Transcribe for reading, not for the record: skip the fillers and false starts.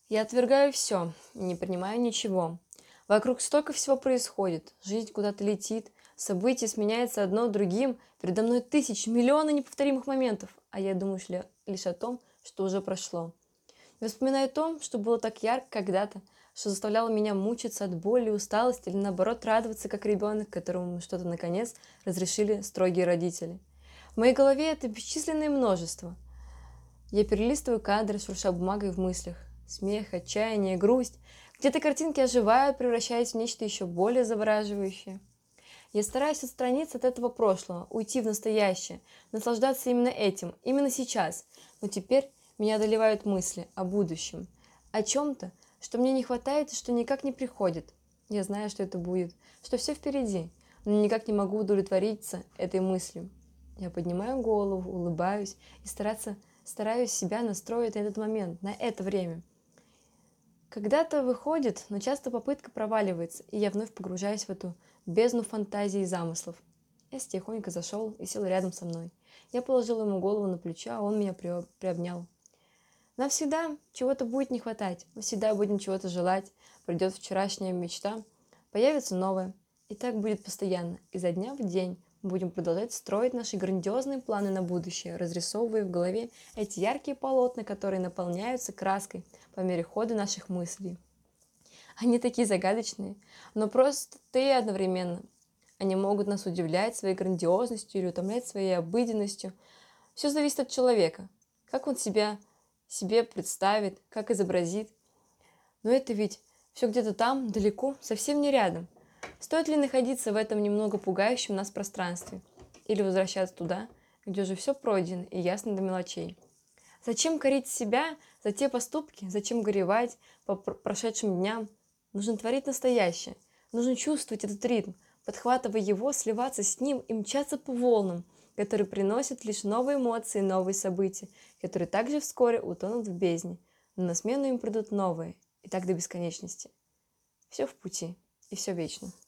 Я отвергаю все, не принимаю ничего. Вокруг столько всего происходит, жизнь куда-то летит, события сменяются одно другим, передо мной тысячи, миллионы неповторимых моментов, а я думаю лишь о том, что уже прошло. И вспоминаю о том, что было так ярко когда-то, что заставляло меня мучиться от боли, усталости или наоборот радоваться, как ребенок, которому мы что-то наконец разрешили строгие родители. В моей голове это бесчисленное множество. Я перелистываю кадры, шурша бумагой в мыслях. Смех, отчаяние, грусть. Где-то картинки оживают, превращаясь в нечто еще более завораживающее. Я стараюсь отстраниться от этого прошлого, уйти в настоящее, наслаждаться именно этим, именно сейчас. Но теперь меня одолевают мысли о будущем, о чем-то, что мне не хватает и что никак не приходит. Я знаю, что это будет, что все впереди, но никак не могу удовлетвориться этой мыслью. Я поднимаю голову, улыбаюсь и стараюсь себя настроить на этот момент, на это время. Когда-то выходит, но часто попытка проваливается, и я вновь погружаюсь в эту бездну фантазий и замыслов. Эс тихонько зашел и сел рядом со мной. Я положила ему голову на плечо, а он меня приобнял. Нам всегда чего-то будет не хватать, мы всегда будем чего-то желать, придет вчерашняя мечта, появится новая. И так будет постоянно, изо дня в день мы будем продолжать строить наши грандиозные планы на будущее, разрисовывая в голове эти яркие полотна, которые наполняются краской по мере хода наших мыслей. Они такие загадочные, но простые одновременно. Они могут нас удивлять своей грандиозностью или утомлять своей обыденностью. Все зависит от человека, как он себе представит, как изобразит. Но это ведь все где-то там, далеко, совсем не рядом. Стоит ли находиться в этом немного пугающем нас пространстве? Или возвращаться туда, где уже все пройдено и ясно до мелочей? Зачем корить себя за те поступки? Зачем горевать по прошедшим дням? Нужно творить настоящее. Нужно чувствовать этот ритм, подхватывая его, сливаться с ним и мчаться по волнам, которые приносят лишь новые эмоции, новые события, которые также вскоре утонут в бездне, но на смену им придут новые, и так до бесконечности. Все в пути, и все вечно.